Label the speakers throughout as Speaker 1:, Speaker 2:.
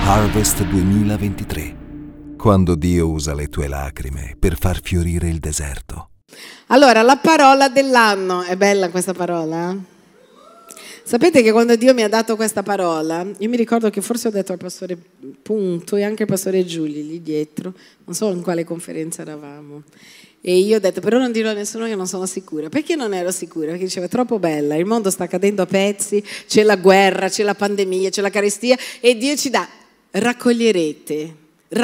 Speaker 1: Harvest 2023, quando Dio usa le tue lacrime per far fiorire il deserto.
Speaker 2: Allora, la parola dell'anno, è bella questa parola? Sapete che quando Dio mi ha dato questa parola, io mi ricordo che forse ho detto al pastore Punto e anche al pastore Giulio lì dietro, non so in quale conferenza eravamo, e io ho detto però non dirò a nessuno che non sono sicura. Perché non ero sicura? Perché diceva è troppo bella, il mondo sta cadendo a pezzi, c'è la guerra, c'è la pandemia, c'è la carestia e Dio ci dà, raccoglierete.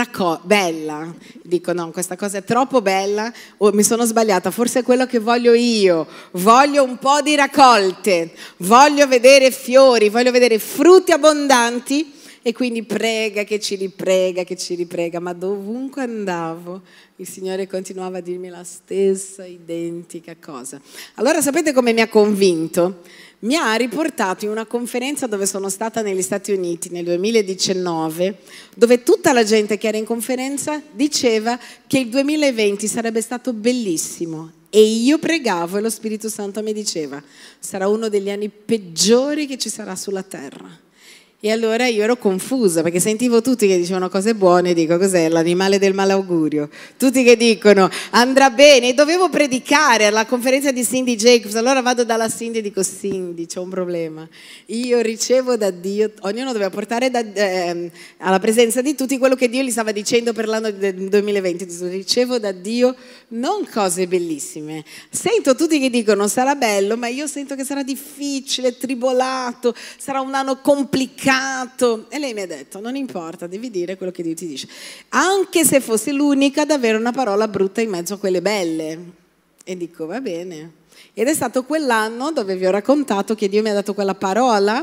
Speaker 2: Bella, dico no, questa cosa è troppo bella o mi sono sbagliata, forse è quello che voglio io, voglio un po' di raccolte, voglio vedere fiori, voglio vedere frutti abbondanti e quindi prega che ci riprega, ma dovunque andavo il Signore continuava a dirmi la stessa identica cosa. Allora sapete come mi ha convinto? Mi ha riportato in una conferenza dove sono stata negli Stati Uniti nel 2019, dove tutta la gente che era in conferenza diceva che il 2020 sarebbe stato bellissimo e io pregavo e lo Spirito Santo mi diceva sarà uno degli anni peggiori che ci sarà sulla terra. E allora io ero confusa perché sentivo tutti che dicevano cose buone, dico cos'è l'animale del malaugurio, tutti che dicono andrà bene e dovevo predicare alla conferenza di Cindy Jacobs, allora vado dalla Cindy e dico Cindy c'è un problema, io ricevo da Dio, ognuno doveva portare alla presenza di tutti quello che Dio gli stava dicendo per l'anno del 2020, ricevo da Dio non cose bellissime, sento tutti che dicono sarà bello ma io sento che sarà difficile, tribolato, sarà un anno complicato. E lei mi ha detto non importa, devi dire quello che Dio ti dice anche se fossi l'unica ad avere una parola brutta in mezzo a quelle belle. E dico va bene. Ed è stato quell'anno dove vi ho raccontato che Dio mi ha dato quella parola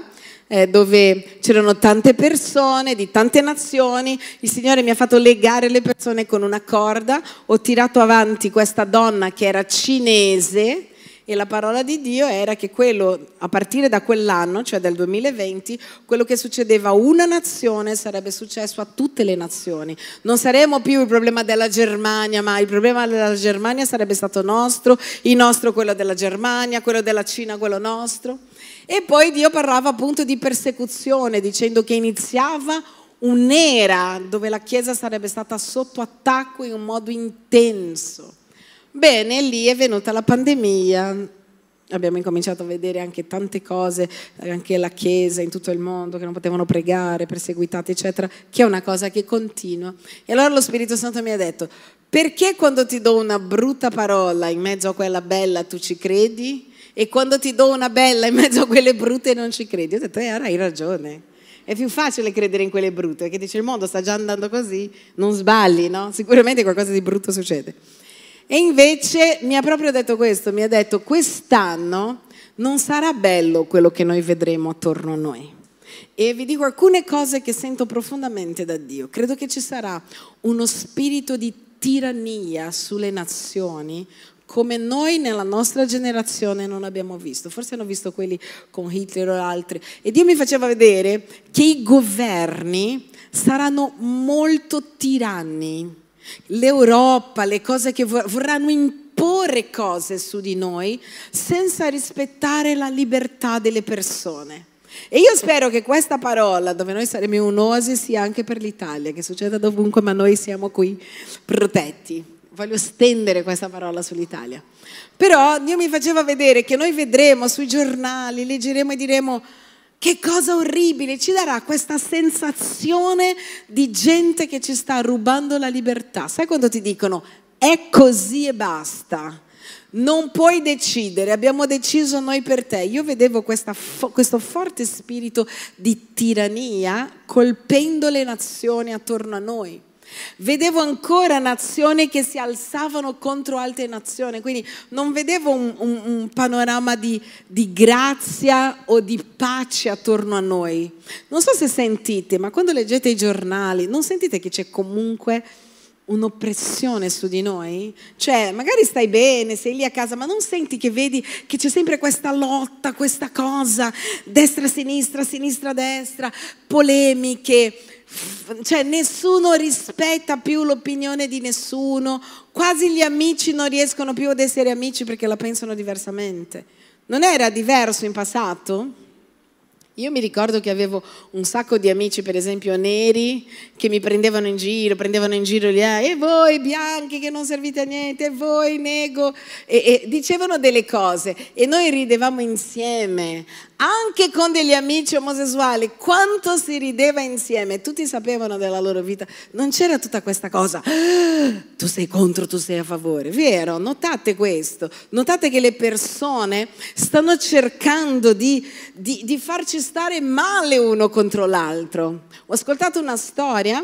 Speaker 2: dove c'erano tante persone di tante nazioni, il Signore mi ha fatto legare le persone con una corda, ho tirato avanti questa donna che era cinese. E la parola di Dio era che quello, a partire da quell'anno, cioè del 2020, quello che succedeva a una nazione sarebbe successo a tutte le nazioni. Non saremmo più il problema della Germania, ma il problema della Germania sarebbe stato nostro, il nostro quello della Germania, quello della Cina quello nostro. E poi Dio parlava appunto di persecuzione, dicendo che iniziava un'era dove la Chiesa sarebbe stata sotto attacco in un modo intenso. Bene, lì è venuta la pandemia, abbiamo incominciato a vedere anche tante cose, anche la Chiesa in tutto il mondo che non potevano pregare, perseguitati eccetera, che è una cosa che continua. E allora lo Spirito Santo mi ha detto, perché quando ti do una brutta parola in mezzo a quella bella tu ci credi e quando ti do una bella in mezzo a quelle brutte non ci credi? Ho detto, hai ragione. È più facile credere in quelle brutte, perché dice il mondo sta già andando così, non sbagli, no? Sicuramente qualcosa di brutto succede. E invece mi ha proprio detto questo, mi ha detto quest'anno non sarà bello quello che noi vedremo attorno a noi. E vi dico alcune cose che sento profondamente da Dio. Credo che ci sarà uno spirito di tirannia sulle nazioni come noi nella nostra generazione non abbiamo visto. Forse hanno visto quelli con Hitler o altri. E Dio mi faceva vedere che i governi saranno molto tiranni. L'Europa, le cose che vorranno imporre cose su di noi senza rispettare la libertà delle persone. E io spero che questa parola, dove noi saremo un'oasi, sia anche per l'Italia, che succeda dovunque, ma noi siamo qui protetti. Voglio stendere questa parola sull'Italia. Però Dio mi faceva vedere che noi vedremo sui giornali, leggeremo e diremo che cosa orribile, ci darà questa sensazione di gente che ci sta rubando la libertà. Sai quando ti dicono è così e basta, non puoi decidere, abbiamo deciso noi per te. Io vedevo questo forte spirito di tirannia colpendo le nazioni attorno a noi. Vedevo ancora nazioni che si alzavano contro altre nazioni, quindi non vedevo un panorama di grazia o di pace attorno a noi. Non so se sentite, ma quando leggete i giornali non sentite che c'è comunque un'oppressione su di noi? Cioè magari stai bene, sei lì a casa, ma non senti che vedi che c'è sempre questa lotta, questa cosa, destra destra, polemiche. Cioè nessuno rispetta più l'opinione di nessuno, quasi gli amici non riescono più ad essere amici perché la pensano diversamente. Non era diverso in passato? Io mi ricordo che avevo un sacco di amici, per esempio neri, che mi prendevano in giro gli e voi bianchi che non servite a niente, e voi nego, e dicevano delle cose e noi ridevamo insieme, anche con degli amici omosessuali, quanto si rideva insieme, tutti sapevano della loro vita, non c'era tutta questa cosa, tu sei contro, tu sei a favore, vero? Notate questo, notate che le persone stanno cercando di farci stare male uno contro l'altro. Ho ascoltato una storia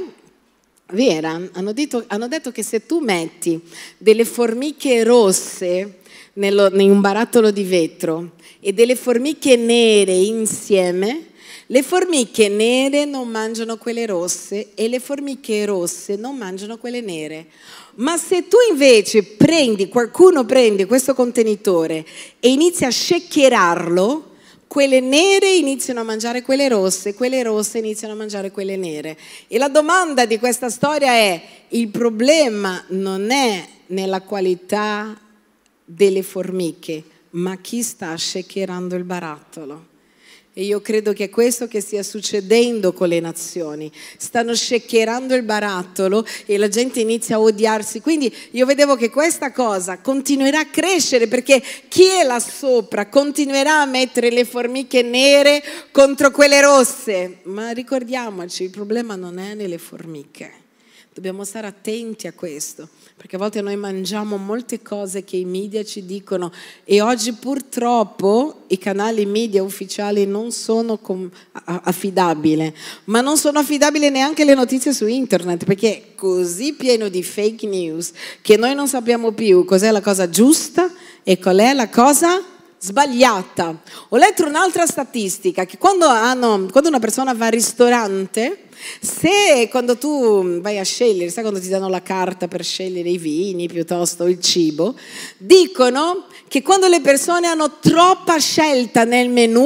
Speaker 2: vera, hanno detto che se tu metti delle formiche rosse in un barattolo di vetro e delle formiche nere insieme, le formiche nere non mangiano quelle rosse e le formiche rosse non mangiano quelle nere. Ma se tu invece qualcuno prende questo contenitore e inizia a shakerarlo, quelle nere iniziano a mangiare quelle rosse iniziano a mangiare quelle nere. E la domanda di questa storia è: il problema non è nella qualità delle formiche, ma chi sta shakerando il barattolo? E io credo che è questo che stia succedendo con le nazioni. Stanno shakerando il barattolo e la gente inizia a odiarsi. Quindi io vedevo che questa cosa continuerà a crescere, perché chi è là sopra continuerà a mettere le formiche nere contro quelle rosse. Ma ricordiamoci, il problema non è nelle formiche. Dobbiamo stare attenti a questo, perché a volte noi mangiamo molte cose che i media ci dicono, e oggi purtroppo i canali media ufficiali non sono affidabili, ma non sono affidabili neanche le notizie su internet, perché è così pieno di fake news che noi non sappiamo più cos'è la cosa giusta e qual è la cosa sbagliata. Ho letto un'altra statistica, che quando una persona va al ristorante, quando tu vai a scegliere, sai quando ti danno la carta per scegliere i vini piuttosto il cibo, dicono che quando le persone hanno troppa scelta nel menù,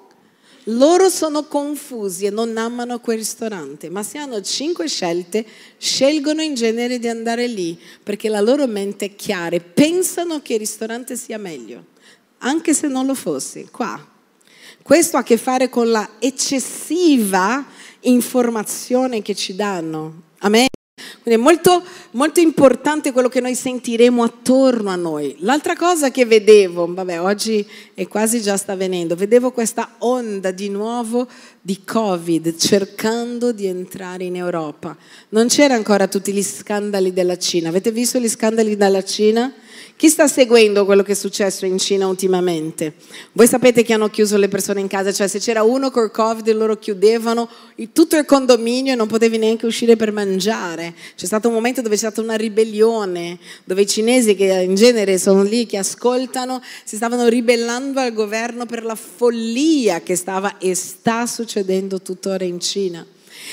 Speaker 2: loro sono confusi e non amano quel ristorante, ma se hanno 5 scelte, scelgono in genere di andare lì, perché la loro mente è chiara e pensano che il ristorante sia meglio, anche se non lo fosse. Questo ha a che fare con la eccessiva informazione che ci danno. Amen. Quindi è molto, molto importante quello che noi sentiremo attorno a noi. L'altra cosa che vedevo, oggi è quasi già sta avvenendo, vedevo questa onda di nuovo di Covid cercando di entrare in Europa. Non c'erano ancora tutti gli scandali della Cina. Avete visto gli scandali della Cina? Chi sta seguendo quello che è successo in Cina ultimamente? Voi sapete che hanno chiuso le persone in casa, cioè se c'era uno col Covid loro chiudevano tutto il condominio e non potevi neanche uscire per mangiare. C'è stato un momento dove c'è stata una ribellione, dove i cinesi, che in genere sono lì, che ascoltano, si stavano ribellando al governo per la follia che stava e sta succedendo tuttora in Cina.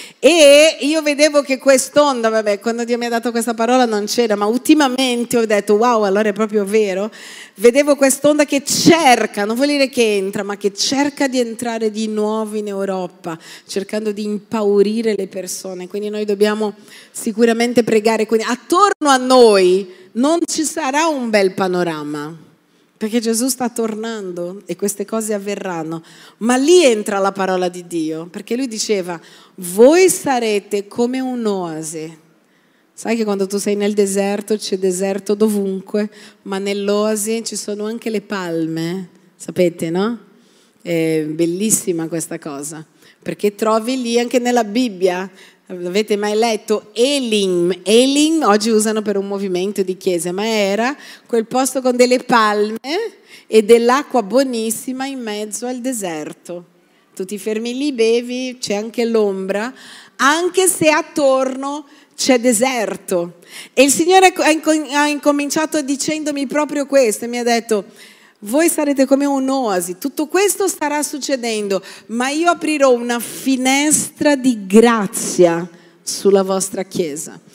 Speaker 2: E io vedevo che quest'onda, quando Dio mi ha dato questa parola non c'era, ma ultimamente ho detto wow, allora è proprio vero. Vedevo quest'onda che cerca, non vuol dire che entra, ma che cerca di entrare di nuovo in Europa, cercando di impaurire le persone. Quindi noi dobbiamo sicuramente pregare. Quindi attorno a noi non ci sarà un bel panorama, perché Gesù sta tornando e queste cose avverranno, ma lì entra la parola di Dio, perché lui diceva: voi sarete come un'oasi. Sai che quando tu sei nel deserto c'è deserto dovunque, ma nell'oasi ci sono anche le palme, sapete, no? È bellissima questa cosa, perché trovi lì anche nella Bibbia. Avete mai letto Elim? Elim oggi usano per un movimento di chiese, ma era quel posto con delle palme e dell'acqua buonissima in mezzo al deserto. Tu ti fermi lì, bevi, c'è anche l'ombra, anche se attorno c'è deserto. E il Signore ha incominciato dicendomi proprio questo, e mi ha detto: voi sarete come un'oasi, tutto questo starà succedendo, ma io aprirò una finestra di grazia sulla vostra chiesa.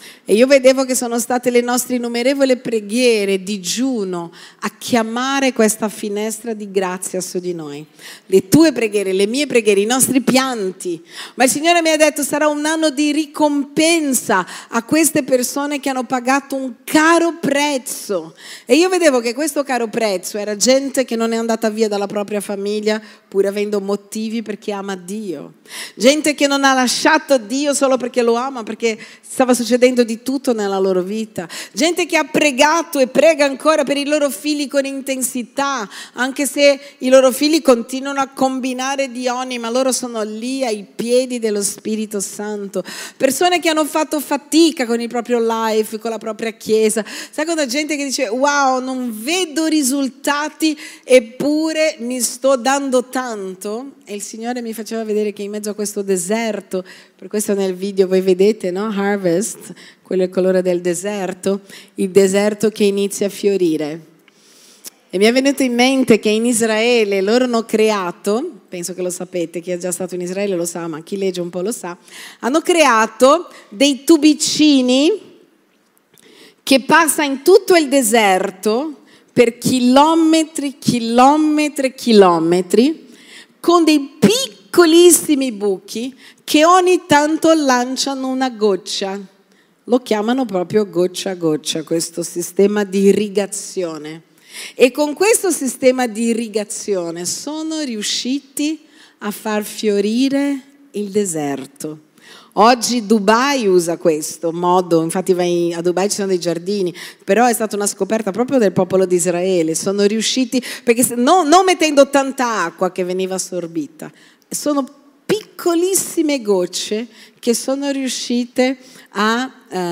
Speaker 2: E io vedevo che sono state le nostre innumerevoli preghiere, digiuno, a chiamare questa finestra di grazia su di noi. Le tue preghiere, le mie preghiere, i nostri pianti. Ma il Signore mi ha detto sarà un anno di ricompensa a queste persone che hanno pagato un caro prezzo. E io vedevo che questo caro prezzo era gente che non è andata via dalla propria famiglia pur avendo motivi perché ama Dio. Gente che non ha lasciato Dio solo perché lo ama, perché stava succedendo di tutto nella loro vita. Gente che ha pregato e prega ancora per i loro figli con intensità, anche se i loro figli continuano a combinare dioni, ma loro sono lì ai piedi dello Spirito Santo. Persone che hanno fatto fatica con il proprio life, con la propria chiesa. Sai quando gente che dice wow, non vedo risultati eppure mi sto dando tanto? E il Signore mi faceva vedere che in mezzo a questo deserto, per questo nel video voi vedete, no? Harvest, quello è il colore del deserto, il deserto che inizia a fiorire. E mi è venuto in mente che in Israele loro hanno creato, penso che lo sapete, chi è già stato in Israele lo sa, ma chi legge un po' lo sa, hanno creato dei tubicini che passa in tutto il deserto per chilometri, chilometri, chilometri, con dei piccolissimi buchi che ogni tanto lanciano una goccia. Lo chiamano proprio goccia a goccia, questo sistema di irrigazione. E con questo sistema di irrigazione sono riusciti a far fiorire il deserto. Oggi Dubai usa questo modo, infatti vai a Dubai ci sono dei giardini, però è stata una scoperta proprio del popolo di Israele, sono riusciti, perché non mettendo tanta acqua che veniva assorbita, sono piccolissime gocce che sono riuscite a,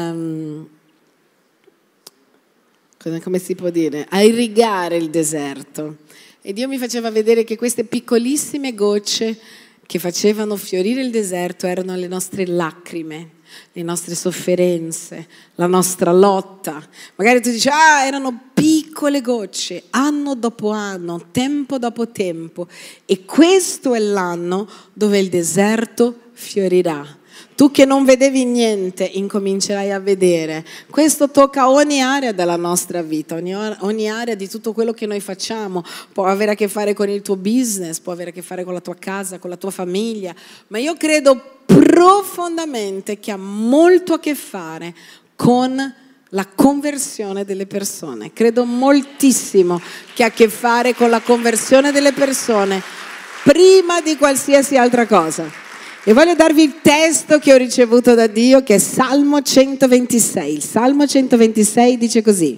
Speaker 2: come si può dire, a irrigare il deserto. E Dio mi faceva vedere che queste piccolissime gocce che facevano fiorire il deserto erano le nostre lacrime, le nostre sofferenze, la nostra lotta. Magari tu dici, erano piccole gocce, anno dopo anno, tempo dopo tempo. E questo è l'anno dove il deserto fiorirà. Tu che non vedevi niente, incomincerai a vedere. Questo tocca ogni area della nostra vita, ogni area di tutto quello che noi facciamo. Può avere a che fare con il tuo business, può avere a che fare con la tua casa, con la tua famiglia. Ma io credo profondamente che ha molto a che fare con la conversione delle persone. Credo moltissimo che ha a che fare con la conversione delle persone prima di qualsiasi altra cosa. E voglio darvi il testo che ho ricevuto da Dio, che è Salmo 126. Il Salmo 126 dice così.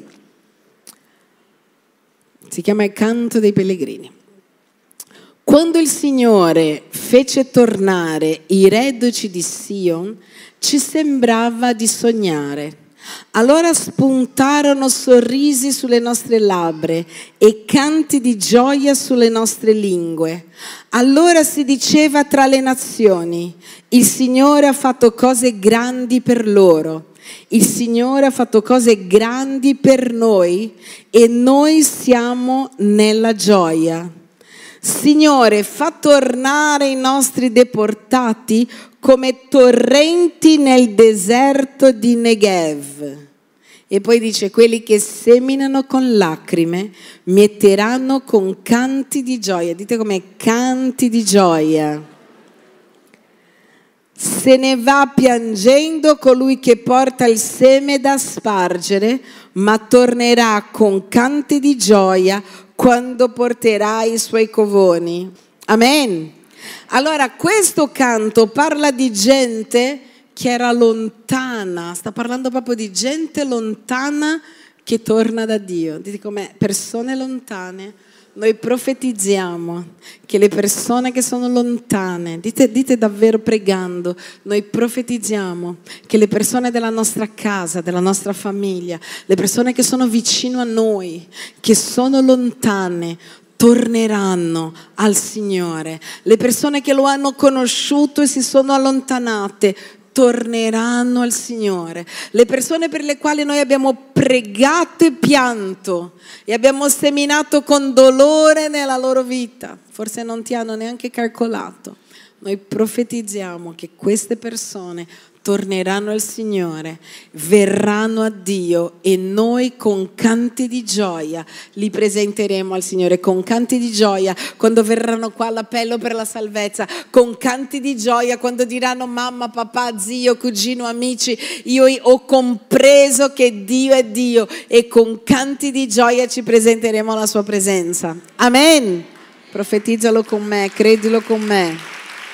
Speaker 2: Si chiama il canto dei pellegrini. Quando il Signore fece tornare i reduci di Sion, ci sembrava di sognare. Allora spuntarono sorrisi sulle nostre labbra e canti di gioia sulle nostre lingue. Allora si diceva tra le nazioni, il Signore ha fatto cose grandi per loro. Il Signore ha fatto cose grandi per noi e noi siamo nella gioia. Signore, fa tornare i nostri deportati come torrenti nel deserto di Negev. E poi dice, quelli che seminano con lacrime metteranno con canti di gioia. Dite come canti di gioia. Se ne va piangendo colui che porta il seme da spargere, ma tornerà con canti di gioia quando porterà i suoi covoni. Amen. Allora questo canto parla di gente che era lontana, sta parlando proprio di gente lontana che torna da Dio. Dite com'è, persone lontane. Noi profetizziamo che le persone che sono lontane, dite davvero pregando, noi profetizziamo che le persone della nostra casa, della nostra famiglia, le persone che sono vicino a noi, che sono lontane, torneranno al Signore. Le persone che lo hanno conosciuto e si sono allontanate torneranno al Signore. Le persone per le quali noi abbiamo pregato e pianto e abbiamo seminato con dolore nella loro vita, forse non ti hanno neanche calcolato, Noi profetizziamo che queste persone torneranno al Signore, verranno a Dio e noi con canti di gioia li presenteremo al Signore, con canti di gioia quando verranno qua all'appello per la salvezza, con canti di gioia quando diranno mamma, papà, zio, cugino, amici, io ho compreso che Dio è Dio, e con canti di gioia ci presenteremo alla sua presenza. Amen. Profetizzalo con me, credilo con me.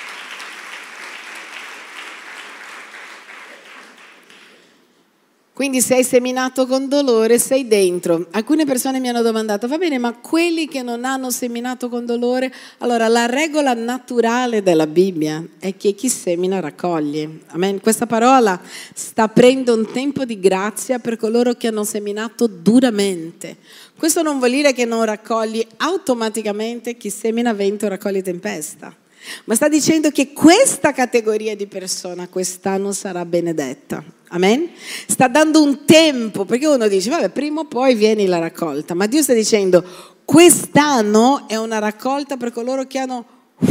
Speaker 2: Quindi se hai seminato con dolore, sei dentro. Alcune persone mi hanno domandato, va bene, ma quelli che non hanno seminato con dolore? Allora, la regola naturale della Bibbia è che chi semina raccoglie. Amen. Questa parola sta aprendo un tempo di grazia per coloro che hanno seminato duramente. Questo non vuol dire che non raccogli automaticamente, chi semina vento raccoglie tempesta. Ma sta dicendo che questa categoria di persona quest'anno sarà benedetta. Amen? Sta dando un tempo, perché uno dice, vabbè, prima o poi viene la raccolta. Ma Dio sta dicendo, quest'anno è una raccolta per coloro che hanno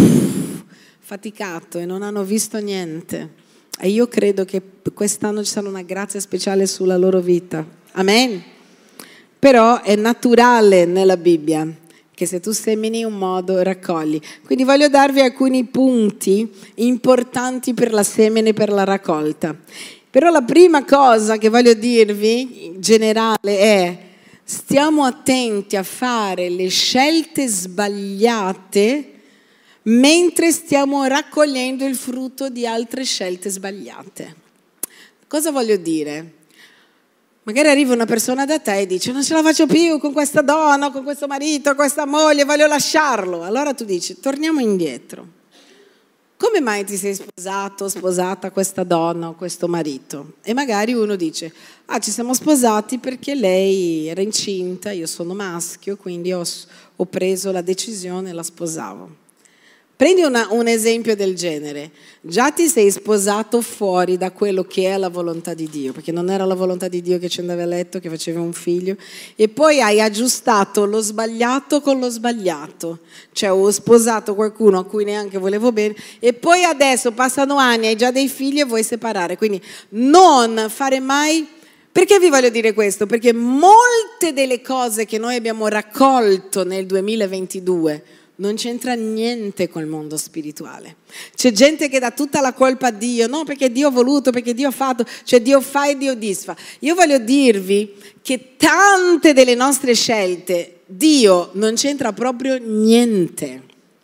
Speaker 2: faticato e non hanno visto niente. E io credo che quest'anno ci sarà una grazia speciale sulla loro vita. Amen? Però è naturale nella Bibbia che se tu semini in un modo raccogli. Quindi voglio darvi alcuni punti importanti per la semine e per la raccolta. Però la prima cosa che voglio dirvi in generale è: stiamo attenti a fare le scelte sbagliate mentre stiamo raccogliendo il frutto di altre scelte sbagliate. Cosa voglio dire? Magari arriva una persona da te e dice, non ce la faccio più con questa donna, con questo marito, con questa moglie, voglio lasciarlo. Allora tu dici, torniamo indietro. Come mai ti sei sposato o sposata questa donna o questo marito? E magari uno dice, ci siamo sposati perché lei era incinta, io sono maschio, quindi ho preso la decisione e la sposavo. Prendi un esempio del genere. Già ti sei sposato fuori da quello che è la volontà di Dio, perché non era la volontà di Dio che ci andavi a letto, che faceva un figlio, e poi hai aggiustato lo sbagliato con lo sbagliato. Cioè ho sposato qualcuno a cui neanche volevo bene e poi adesso passano anni, hai già dei figli e vuoi separare. Quindi non fare mai... Perché vi voglio dire questo? Perché molte delle cose che noi abbiamo raccolto nel 2022 non c'entra niente col mondo spirituale. C'è gente che dà tutta la colpa a Dio, no, perché Dio ha voluto, perché Dio ha fatto, cioè Dio fa e Dio disfa. Io voglio dirvi che tante delle nostre scelte Dio non c'entra proprio niente.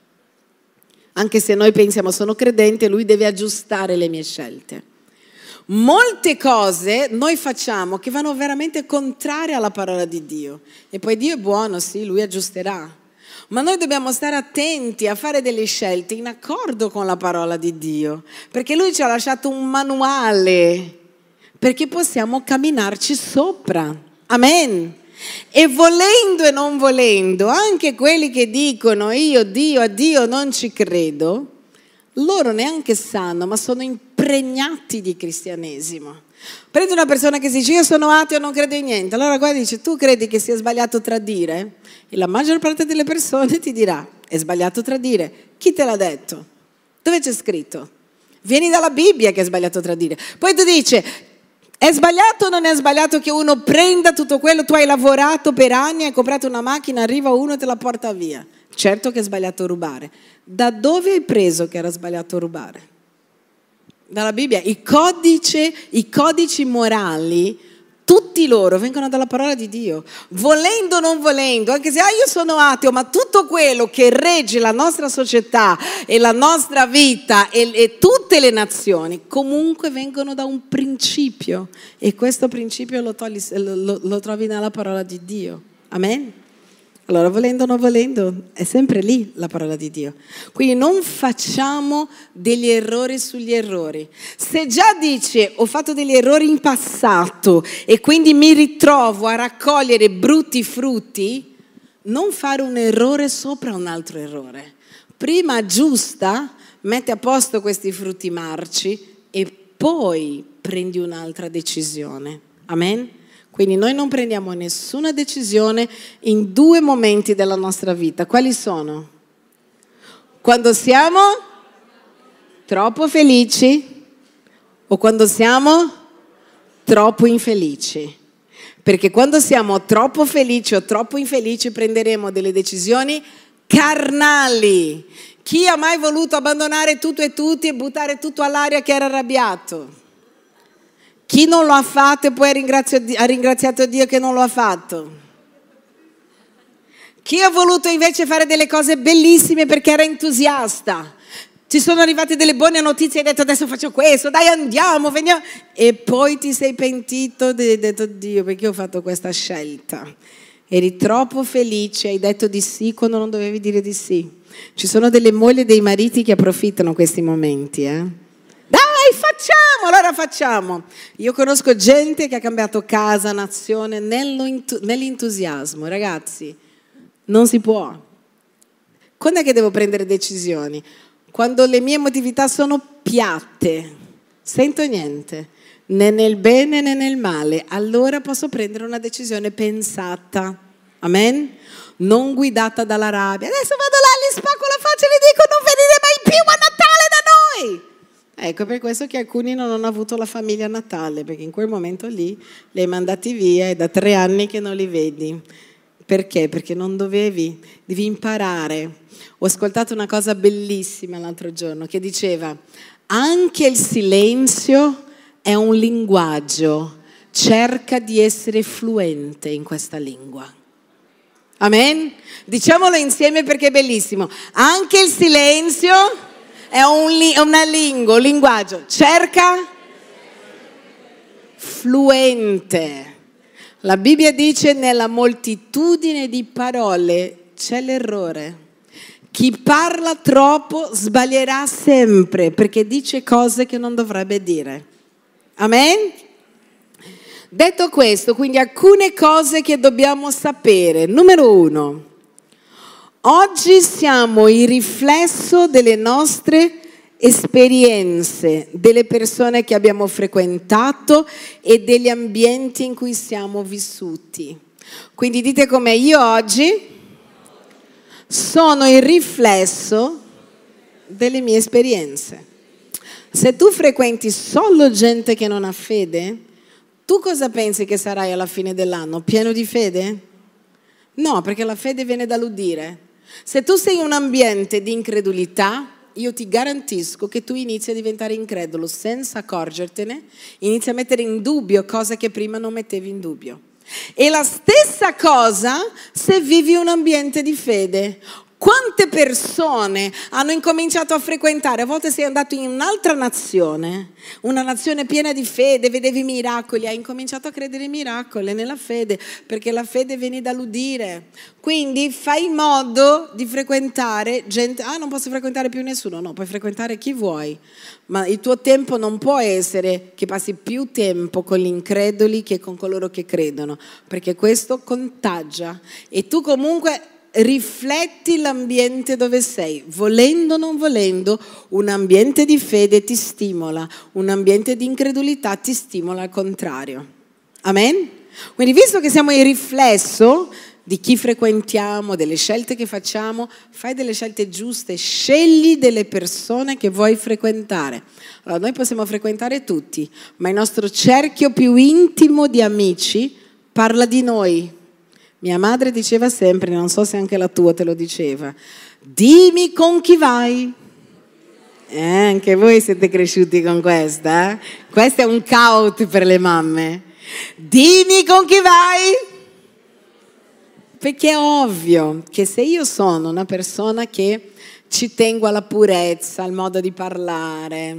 Speaker 2: Anche se noi pensiamo sono credente, Lui deve aggiustare le mie scelte. Molte cose noi facciamo che vanno veramente contrarie alla parola di Dio. E poi Dio è buono, sì, Lui aggiusterà. Ma noi dobbiamo stare attenti a fare delle scelte in accordo con la parola di Dio, perché Lui ci ha lasciato un manuale perché possiamo camminarci sopra. Amen. E volendo e non volendo, anche quelli che dicono io a Dio non ci credo, loro neanche sanno, ma sono impregnati di cristianesimo. Prendi una persona che si dice io sono ateo, non credo in niente, allora guarda e dice tu credi che sia sbagliato tradire? E la maggior parte delle persone ti dirà è sbagliato tradire. Chi te l'ha detto? Dove c'è scritto? Vieni dalla Bibbia che è sbagliato tradire. Poi tu dici è sbagliato o non è sbagliato che uno prenda tutto quello, tu hai lavorato per anni, hai comprato una macchina, arriva uno e te la porta via. Certo che è sbagliato rubare. Da dove hai preso che era sbagliato rubare? Dalla Bibbia. I codici morali, tutti loro vengono dalla parola di Dio. Volendo o non volendo, anche se io sono ateo, ma tutto quello che regge la nostra società e la nostra vita e tutte le nazioni comunque vengono da un principio, e questo principio lo trovi nella parola di Dio. Amen? Allora, volendo o non volendo, è sempre lì la parola di Dio. Quindi non facciamo degli errori sugli errori. Se già dice ho fatto degli errori in passato e quindi mi ritrovo a raccogliere brutti frutti, non fare un errore sopra un altro errore. Prima aggiusta, metti a posto questi frutti marci e poi prendi un'altra decisione. Amen? Quindi noi non prendiamo nessuna decisione in due momenti della nostra vita. Quali sono? Quando siamo troppo felici o quando siamo troppo infelici. Perché quando siamo troppo felici o troppo infelici prenderemo delle decisioni carnali. Chi ha mai voluto abbandonare tutto e tutti e buttare tutto all'aria che era arrabbiato? Chi non lo ha fatto e poi ha ringraziato Dio che non lo ha fatto? Chi ha voluto invece fare delle cose bellissime perché era entusiasta? Ci sono arrivate delle buone notizie e hai detto adesso faccio questo, dai andiamo, veniamo. E poi ti sei pentito e hai detto Dio perché ho fatto questa scelta. Eri troppo felice, hai detto di sì quando non dovevi dire di sì. Ci sono delle mogli e dei mariti che approfittano questi momenti, Dai, facciamo, allora facciamo. Io conosco gente che ha cambiato casa, nazione, nell'entusiasmo. Ragazzi, non si può. Quando è che devo prendere decisioni? Quando le mie emotività sono piatte, sento niente, né nel bene né nel male, allora posso prendere una decisione pensata, amen? Non guidata dalla rabbia. Adesso vado là, gli spacco la faccia e gli dico non venire mai più a Natale da noi. Ecco per questo che alcuni non hanno avuto la famiglia a Natale, perché in quel momento lì li hai mandati via e da 3 anni che non li vedi. Perché? Perché non dovevi, devi imparare. Ho ascoltato una cosa bellissima l'altro giorno che diceva anche il silenzio è un linguaggio, cerca di essere fluente in questa lingua. Amen? Diciamolo insieme perché è bellissimo. Anche il silenzio è una lingua, un linguaggio, cerca fluente. La Bibbia dice nella moltitudine di parole c'è l'errore. Chi parla troppo sbaglierà sempre perché dice cose che non dovrebbe dire. Amen? Detto questo, quindi alcune cose che dobbiamo sapere. Numero 1, oggi siamo il riflesso delle nostre esperienze, delle persone che abbiamo frequentato e degli ambienti in cui siamo vissuti. Quindi dite con me, io oggi sono il riflesso delle mie esperienze. Se tu frequenti solo gente che non ha fede, tu cosa pensi che sarai alla fine dell'anno? Pieno di fede? No, perché la fede viene dall'udire. Se tu sei in un ambiente di incredulità, io ti garantisco che tu inizi a diventare incredulo senza accorgertene, inizi a mettere in dubbio cose che prima non mettevi in dubbio. E la stessa cosa se vivi un ambiente di fede. Quante persone hanno incominciato a frequentare? A volte sei andato in un'altra nazione, una nazione piena di fede, vedevi miracoli, hai incominciato a credere in miracoli, nella fede, perché la fede viene dall'udire. Quindi fai in modo di frequentare gente. Non posso frequentare più nessuno. No, puoi frequentare chi vuoi, ma il tuo tempo non può essere che passi più tempo con gli increduli che con coloro che credono, perché questo contagia e tu comunque rifletti l'ambiente dove sei, volendo o non volendo. Un ambiente di fede ti stimola, un ambiente di incredulità ti stimola al contrario. Amen? Quindi visto che siamo il riflesso di chi frequentiamo, delle scelte che facciamo, fai delle scelte giuste, scegli delle persone che vuoi frequentare. Allora noi possiamo frequentare tutti, ma il nostro cerchio più intimo di amici parla di noi. Mia madre diceva sempre, non so se anche la tua te lo diceva, dimmi con chi vai. Anche voi siete cresciuti con questa? Questo è un caut per le mamme. Dimmi con chi vai. Perché è ovvio che se io sono una persona che ci tengo alla purezza, al modo di parlare,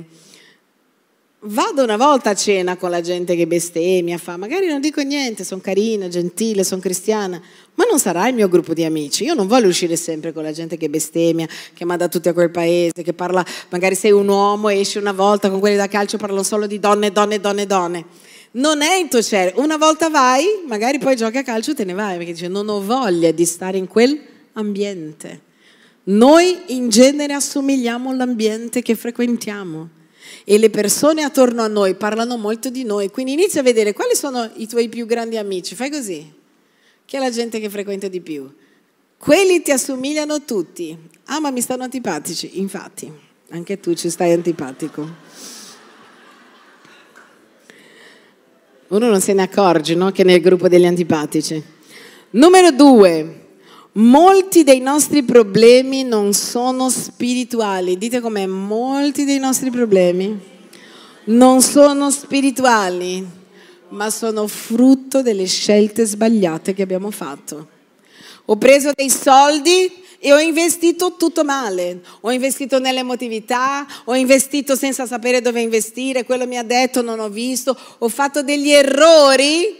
Speaker 2: vado una volta a cena con la gente che bestemmia, magari non dico niente, sono carina, gentile, sono cristiana, ma non sarà il mio gruppo di amici. Io non voglio uscire sempre con la gente che bestemmia, che manda tutti a quel paese, che parla, magari sei un uomo e esci una volta con quelli da calcio, parlano solo di donne, donne, donne, donne. Non è in tuo cervello. Una volta vai, magari poi giochi a calcio e te ne vai, perché dici non ho voglia di stare in quel ambiente. Noi in genere assomigliamo all'ambiente che frequentiamo. E le persone attorno a noi parlano molto di noi, quindi inizia a vedere quali sono i tuoi più grandi amici, fai così, che è la gente che frequenta di più. Quelli ti assomigliano tutti, ma mi stanno antipatici, infatti, Anche tu ci stai antipatico. Uno non se ne accorge, no? Che è nel gruppo degli antipatici. Numero 2. Molti dei nostri problemi non sono spirituali. Dite com'è, molti dei nostri problemi non sono spirituali, ma sono frutto delle scelte sbagliate che abbiamo fatto. Ho preso dei soldi e ho investito tutto male. Ho investito nell'emotività, ho investito senza sapere dove investire, quello mi ha detto, non ho visto, ho fatto degli errori.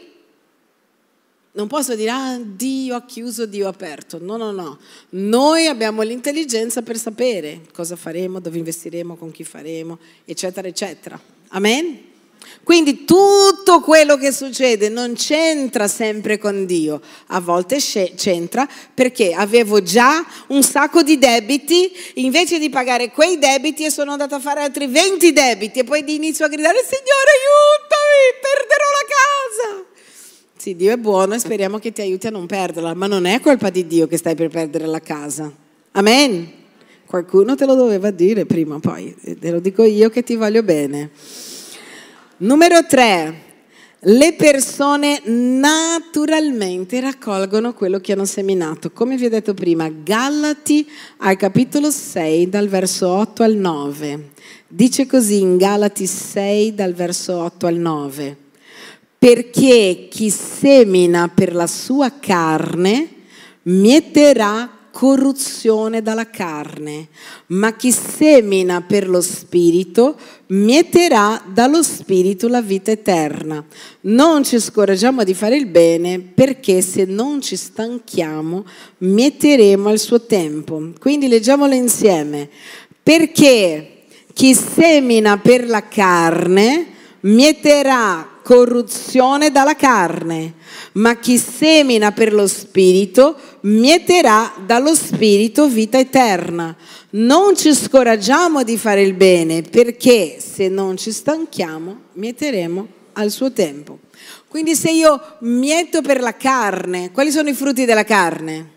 Speaker 2: Non posso dire, Dio ha chiuso, Dio ha aperto. No. Noi abbiamo l'intelligenza per sapere cosa faremo, dove investiremo, con chi faremo, eccetera, eccetera. Amen? Quindi tutto quello che succede non c'entra sempre con Dio. A volte c'entra perché avevo già un sacco di debiti, invece di pagare quei debiti e sono andata a fare altri 20 debiti e poi inizio a gridare, Signore aiutami, perderò la casa. Sì, Dio è buono e speriamo che ti aiuti a non perderla, ma non è colpa di Dio che stai per perdere la casa. Amen? Qualcuno te lo doveva dire prima o poi, te lo dico io che ti voglio bene. Numero 3. Le persone naturalmente raccolgono quello che hanno seminato. Come vi ho detto prima, Galati al capitolo 6 dal verso 8 al 9. Dice così in Galati 6 dal verso 8 al 9. Perché chi semina per la sua carne mieterà corruzione dalla carne, ma chi semina per lo spirito mieterà dallo spirito la vita eterna. Non ci scoraggiamo di fare il bene, perché se non ci stanchiamo mieteremo al suo tempo. Quindi leggiamolo insieme. Perché chi semina per la carne mieterà corruzione dalla carne, ma chi semina per lo spirito mieterà dallo spirito vita eterna. Non ci scoraggiamo di fare il bene, perché se non ci stanchiamo mieteremo al suo tempo. Quindi se io mieto per la carne, quali sono i frutti della carne?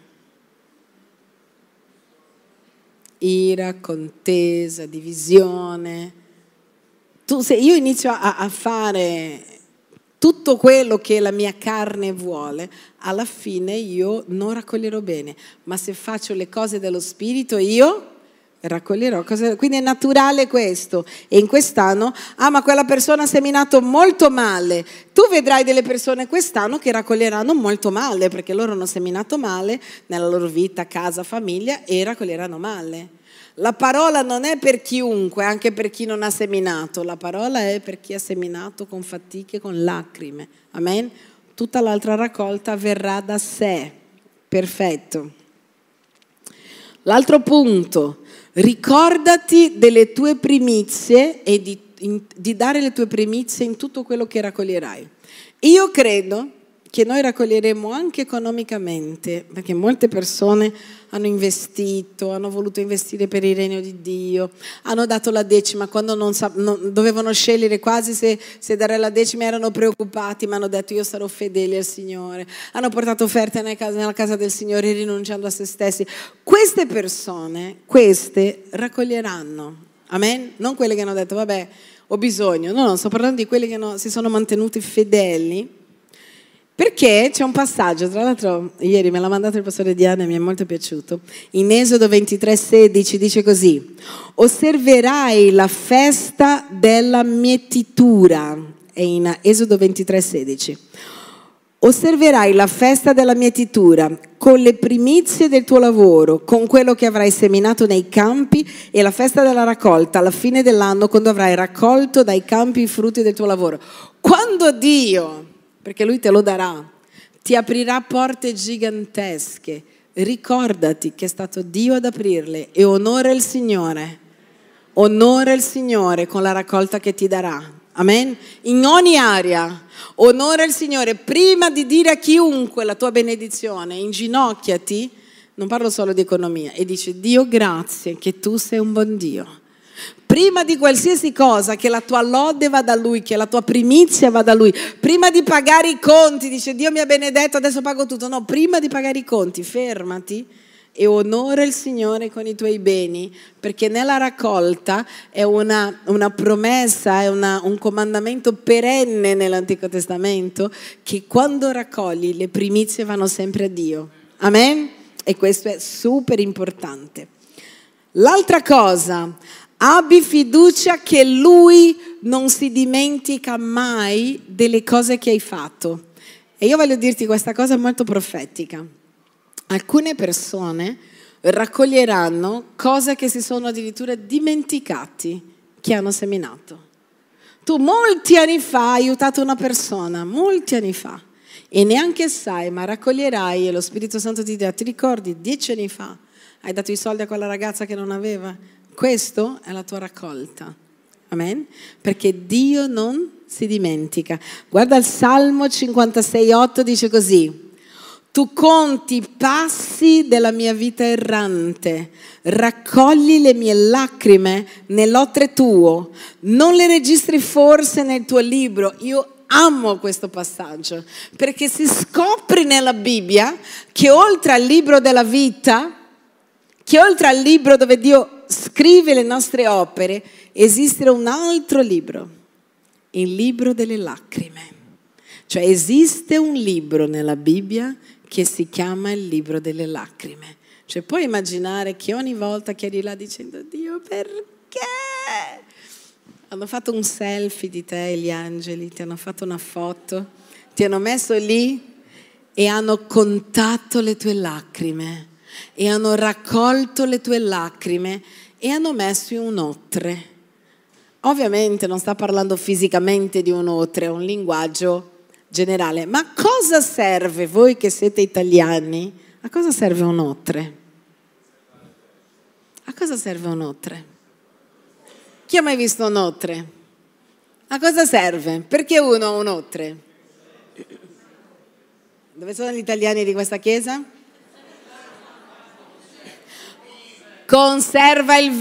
Speaker 2: Ira, contesa, divisione. Se io inizio a fare tutto quello che la mia carne vuole, alla fine io non raccoglierò bene. Ma se faccio le cose dello spirito, io raccoglierò cose. Quindi è naturale questo. E in quest'anno, ma quella persona ha seminato molto male. Tu vedrai delle persone quest'anno che raccoglieranno molto male, perché loro hanno seminato male nella loro vita, casa, famiglia, e raccoglieranno male. La parola non è per chiunque, anche per chi non ha seminato. La parola è per chi ha seminato con fatiche, con lacrime. Amen? Tutta l'altra raccolta verrà da sé. Perfetto. L'altro punto, ricordati delle tue primizie e di dare le tue primizie in tutto quello che raccoglierai. Io credo che noi raccoglieremo anche economicamente, perché molte persone hanno investito, hanno voluto investire per il regno di Dio, hanno dato la decima quando non dovevano scegliere quasi se dare la decima, erano preoccupati, ma hanno detto io sarò fedele al Signore, hanno portato offerte nella casa del Signore rinunciando a se stessi. Queste persone, raccoglieranno, amen? Non quelle che hanno detto vabbè ho bisogno, no, sto parlando di quelli che si sono mantenuti fedeli. Perché c'è un passaggio, tra l'altro ieri me l'ha mandato il pastore Diana e mi è molto piaciuto, in Esodo 23,16 dice così: osserverai la festa della mietitura, è in Esodo 23,16. Osserverai la festa della mietitura con le primizie del tuo lavoro, con quello che avrai seminato nei campi, e la festa della raccolta alla fine dell'anno, quando avrai raccolto dai campi i frutti del tuo lavoro. Quando Dio, perché Lui te lo darà, ti aprirà porte gigantesche, ricordati che è stato Dio ad aprirle e onora il Signore con la raccolta che ti darà. Amen? In ogni area onora il Signore. Prima di dire a chiunque la tua benedizione, inginocchiati, non parlo solo di economia, e dici: Dio grazie che tu sei un buon Dio. Prima di qualsiasi cosa, che la tua lode va da Lui, che la tua primizia va da Lui. Prima di pagare i conti, dice Dio mi ha benedetto, adesso pago tutto. No, prima di pagare i conti, fermati e onora il Signore con i tuoi beni, perché nella raccolta è una promessa, è un comandamento perenne nell'Antico Testamento, che quando raccogli le primizie vanno sempre a Dio. Amen? E questo è super importante. L'altra cosa, abbi fiducia che Lui non si dimentica mai delle cose che hai fatto. E io voglio dirti questa cosa molto profetica. Alcune persone raccoglieranno cose che si sono addirittura dimenticati che hanno seminato. Tu molti anni fa hai aiutato una persona, molti anni fa, e neanche sai, ma raccoglierai e lo Spirito Santo ti dirà, ti ricordi 10 anni fa hai dato i soldi a quella ragazza che non aveva? Questo è la tua raccolta. Amen? Perché Dio non si dimentica. Guarda il Salmo 56,8, dice così: tu conti i passi della mia vita errante, raccogli le mie lacrime nell'otre tuo, non le registri forse nel tuo libro. Io amo questo passaggio, perché si scopre nella Bibbia che oltre al libro della vita, che oltre al libro dove Dio scrive le nostre opere, esiste un altro libro, il libro delle lacrime. Cioè esiste un libro nella Bibbia che si chiama il libro delle lacrime. Cioè puoi immaginare che ogni volta che eri là dicendo Dio perché? Hanno fatto un selfie di te gli angeli, ti hanno fatto una foto, ti hanno messo lì e hanno contato le tue lacrime e hanno raccolto le tue lacrime e hanno messo in un otre. Ovviamente non sta parlando fisicamente di un otre, è un linguaggio generale. Ma cosa serve, voi che siete italiani, a cosa serve un otre? A cosa serve un otre? Chi ha mai visto un otre? A cosa serve? Perché uno ha un otre? Dove sono gli italiani di questa chiesa? Conserva il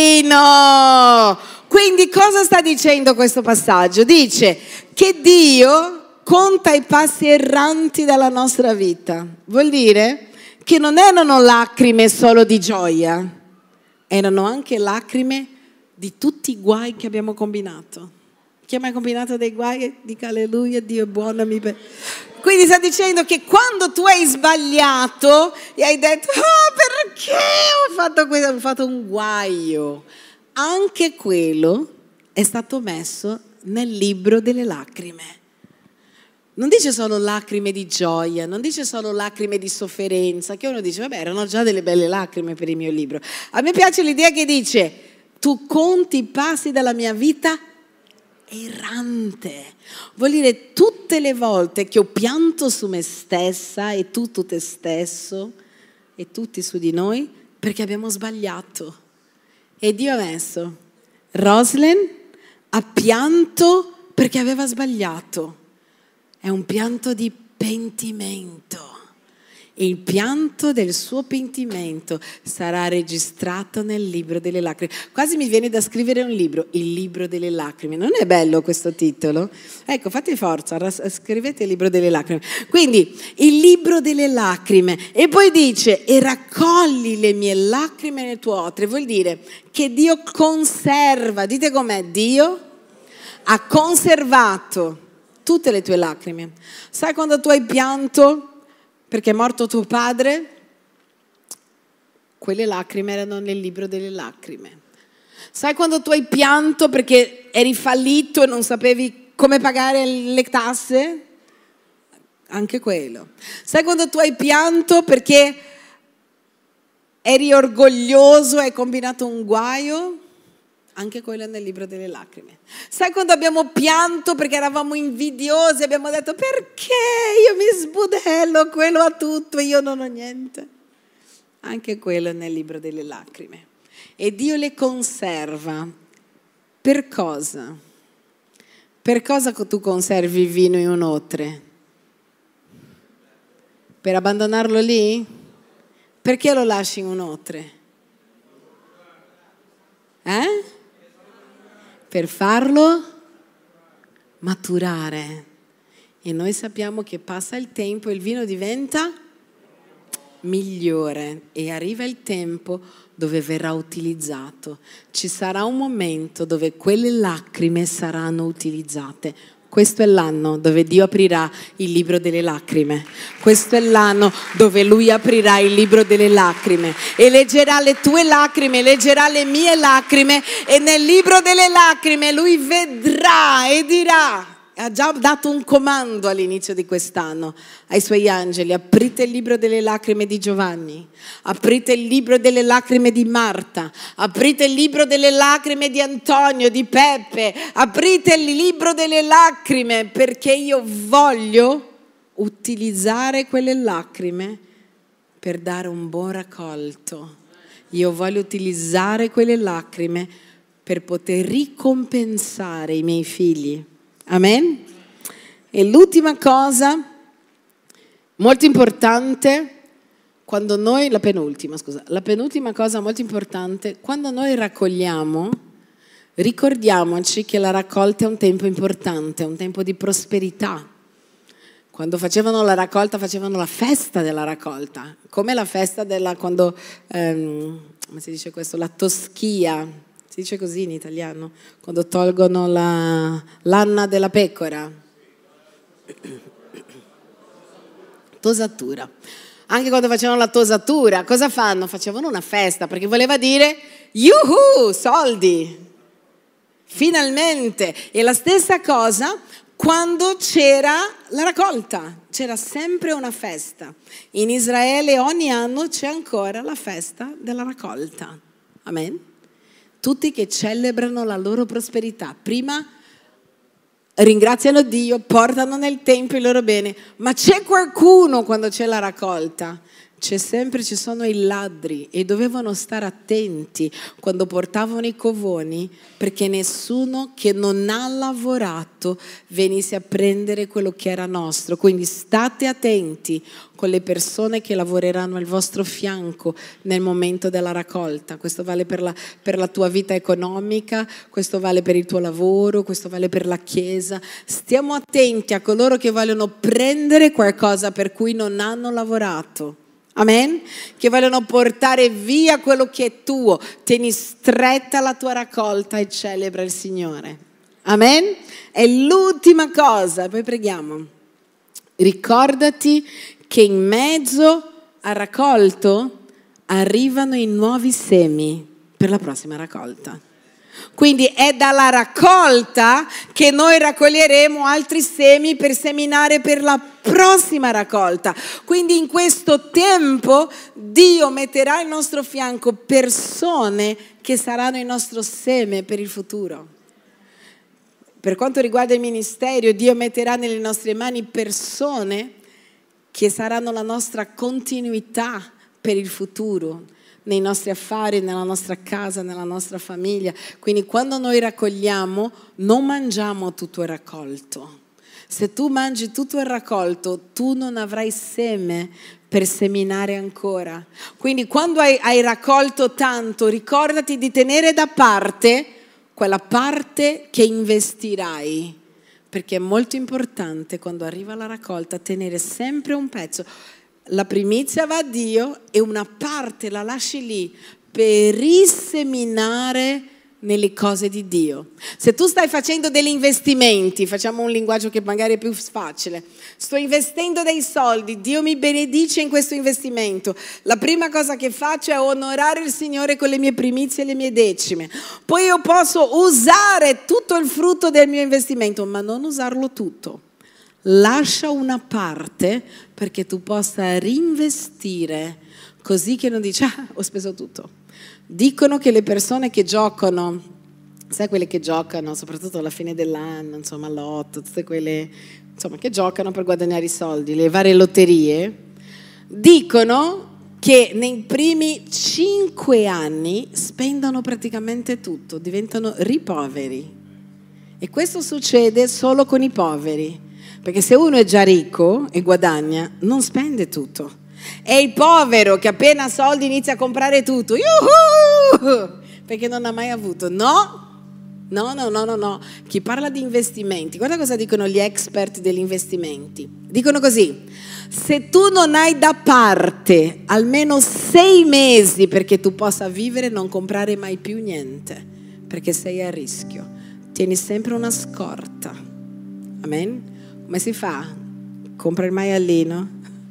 Speaker 2: vino. Quindi cosa sta dicendo questo passaggio? Dice che Dio conta i passi erranti della nostra vita. Vuol dire che non erano lacrime solo di gioia, erano anche lacrime di tutti i guai che abbiamo combinato. Chi ha mai combinato dei guai? Dica alleluia, Dio è buono. Quindi sta dicendo che quando tu hai sbagliato e hai detto perché ho fatto questo, ho fatto un guaio, anche quello è stato messo nel libro delle lacrime. Non dice solo lacrime di gioia, non dice solo lacrime di sofferenza, che uno dice vabbè erano già delle belle lacrime per il mio libro. A me piace l'idea che dice tu conti i passi della mia vita errante. Vuol dire tutte le volte che ho pianto su me stessa e tu te stesso e tutti su di noi perché abbiamo sbagliato. E Dio ha messo Roslen ha pianto perché aveva sbagliato. È un pianto di pentimento. Il pianto del suo pentimento sarà registrato nel libro delle lacrime. Quasi mi viene da scrivere un libro, il libro delle lacrime. Non è bello questo titolo? Ecco, fate forza, scrivete il libro delle lacrime. Quindi, il libro delle lacrime. E poi dice, e raccogli le mie lacrime nel tuo otre. Vuol dire che Dio conserva. Dite com'è, Dio ha conservato tutte le tue lacrime. Sai quando tu hai pianto perché è morto tuo padre? Quelle lacrime erano nel libro delle lacrime. Sai quando tu hai pianto perché eri fallito e non sapevi come pagare le tasse? Anche quello. Sai quando tu hai pianto perché eri orgoglioso e hai combinato un guaio? Anche quello è nel libro delle lacrime. Sai quando abbiamo pianto perché eravamo invidiosi e abbiamo detto perché io mi sbudello, quello ha tutto e io non ho niente? Anche quello è nel libro delle lacrime. E Dio le conserva. Per cosa? Per cosa tu conservi il vino in un otre? Per abbandonarlo lì? Perché lo lasci in un otre? Per farlo maturare. E noi sappiamo che passa il tempo e il vino diventa migliore e arriva il tempo dove verrà utilizzato. Ci sarà un momento dove quelle lacrime saranno utilizzate. Questo è l'anno dove Dio aprirà il libro delle lacrime. Questo è l'anno dove Lui aprirà il libro delle lacrime e leggerà le tue lacrime, leggerà le mie lacrime, e nel libro delle lacrime Lui vedrà e dirà, ha già dato un comando all'inizio di quest'anno ai Suoi angeli: aprite il libro delle lacrime di Giovanni, aprite il libro delle lacrime di Marta, aprite il libro delle lacrime di Antonio, di Peppe, aprite il libro delle lacrime, perché io voglio utilizzare quelle lacrime per dare un buon raccolto. Io voglio utilizzare quelle lacrime per poter ricompensare i miei figli. Amen? E l'ultima cosa molto importante, la penultima cosa molto importante, quando noi raccogliamo, ricordiamoci che la raccolta è un tempo importante, è un tempo di prosperità. Quando facevano la raccolta, facevano la festa della raccolta, come la festa quando, come si dice questo, la toschia. Si dice così in italiano, quando tolgono l'anna della pecora. Tosatura. Anche quando facevano la tosatura, cosa fanno? Facevano una festa, perché voleva dire yuhu, soldi. Finalmente. E la stessa cosa quando c'era la raccolta. C'era sempre una festa. In Israele ogni anno c'è ancora la festa della raccolta. Amen. Tutti che celebrano la loro prosperità, prima ringraziano Dio, portano nel tempio il loro bene, ma c'è qualcuno quando c'è la raccolta, ci sono i ladri, e dovevano stare attenti quando portavano i covoni, perché nessuno che non ha lavorato venisse a prendere quello che era nostro. Quindi state attenti con le persone che lavoreranno al vostro fianco nel momento della raccolta. Questo vale per la tua vita economica, questo vale per il tuo lavoro, questo vale per la chiesa. Stiamo attenti a coloro che vogliono prendere qualcosa per cui non hanno lavorato. Amen? Che vogliono portare via quello che è tuo. Tieni stretta la tua raccolta e celebra il Signore. Amen? E l'ultima cosa, poi preghiamo. Ricordati che in mezzo al raccolto arrivano i nuovi semi per la prossima raccolta. Quindi è dalla raccolta che noi raccoglieremo altri semi per seminare per la prossima raccolta. Quindi in questo tempo Dio metterà al nostro fianco persone che saranno il nostro seme per il futuro. Per quanto riguarda il ministero, Dio metterà nelle nostre mani persone che saranno la nostra continuità per il futuro, nei nostri affari, nella nostra casa, nella nostra famiglia. Quindi quando noi raccogliamo, non mangiamo tutto il raccolto. Se tu mangi tutto il raccolto, tu non avrai seme per seminare ancora. Quindi quando hai raccolto tanto, ricordati di tenere da parte quella parte che investirai, perché è molto importante quando arriva la raccolta tenere sempre un pezzo. La primizia va a Dio e una parte la lasci lì per riseminare nelle cose di Dio. Se tu stai facendo degli investimenti, facciamo un linguaggio che magari è più facile, sto investendo dei soldi, Dio mi benedice in questo investimento, la prima cosa che faccio è onorare il Signore con le mie primizie e le mie decime. Poi io posso usare tutto il frutto del mio investimento, ma non usarlo tutto. Lascia una parte perché tu possa reinvestire, così che non dici ho speso tutto. Dicono che le persone che giocano, sai quelle che giocano soprattutto alla fine dell'anno, insomma l'otto, tutte quelle insomma che giocano per guadagnare i soldi, le varie lotterie, dicono che nei primi 5 anni spendono praticamente tutto, diventano ripoveri. E questo succede solo con i poveri. Perché se uno è già ricco e guadagna, non spende tutto. È il povero che appena ha soldi inizia a comprare tutto. Yuhu! Perché non ha mai avuto. No. Chi parla di investimenti, guarda cosa dicono gli expert degli investimenti. Dicono così: Se tu non hai da parte almeno 6 mesi perché tu possa vivere, non comprare mai più niente, perché sei a rischio. Tieni sempre una scorta. Amen? Come si fa? Compra il maialino.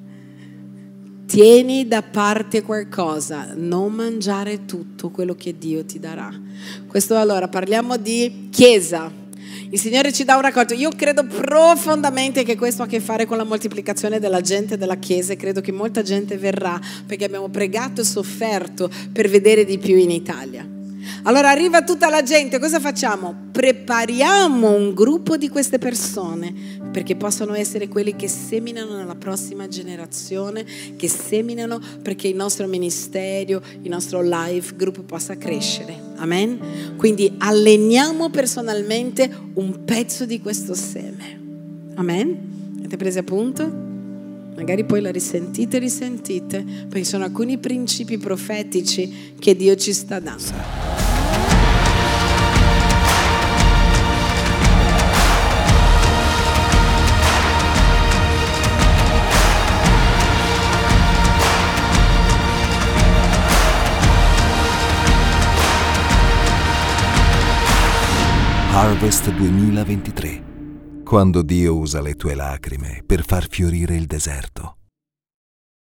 Speaker 2: Tieni da parte qualcosa, non mangiare tutto quello che Dio ti darà. Questo, allora, parliamo di chiesa. Il Signore ci dà un raccolto. Io credo profondamente che questo ha a che fare con la moltiplicazione della gente della chiesa, e credo che molta gente verrà perché abbiamo pregato e sofferto per vedere di più in Italia. Allora arriva tutta la gente, cosa facciamo? Prepariamo un gruppo di queste persone perché possano essere quelli che seminano nella prossima generazione, che seminano perché il nostro ministero, il nostro life group possa crescere. Amen? Quindi alleniamo personalmente un pezzo di questo seme. Amen? Avete preso appunto? Magari poi la risentite, perché sono alcuni principi profetici che Dio ci sta dando.
Speaker 1: Harvest 2023, quando Dio usa le tue lacrime per far fiorire il deserto.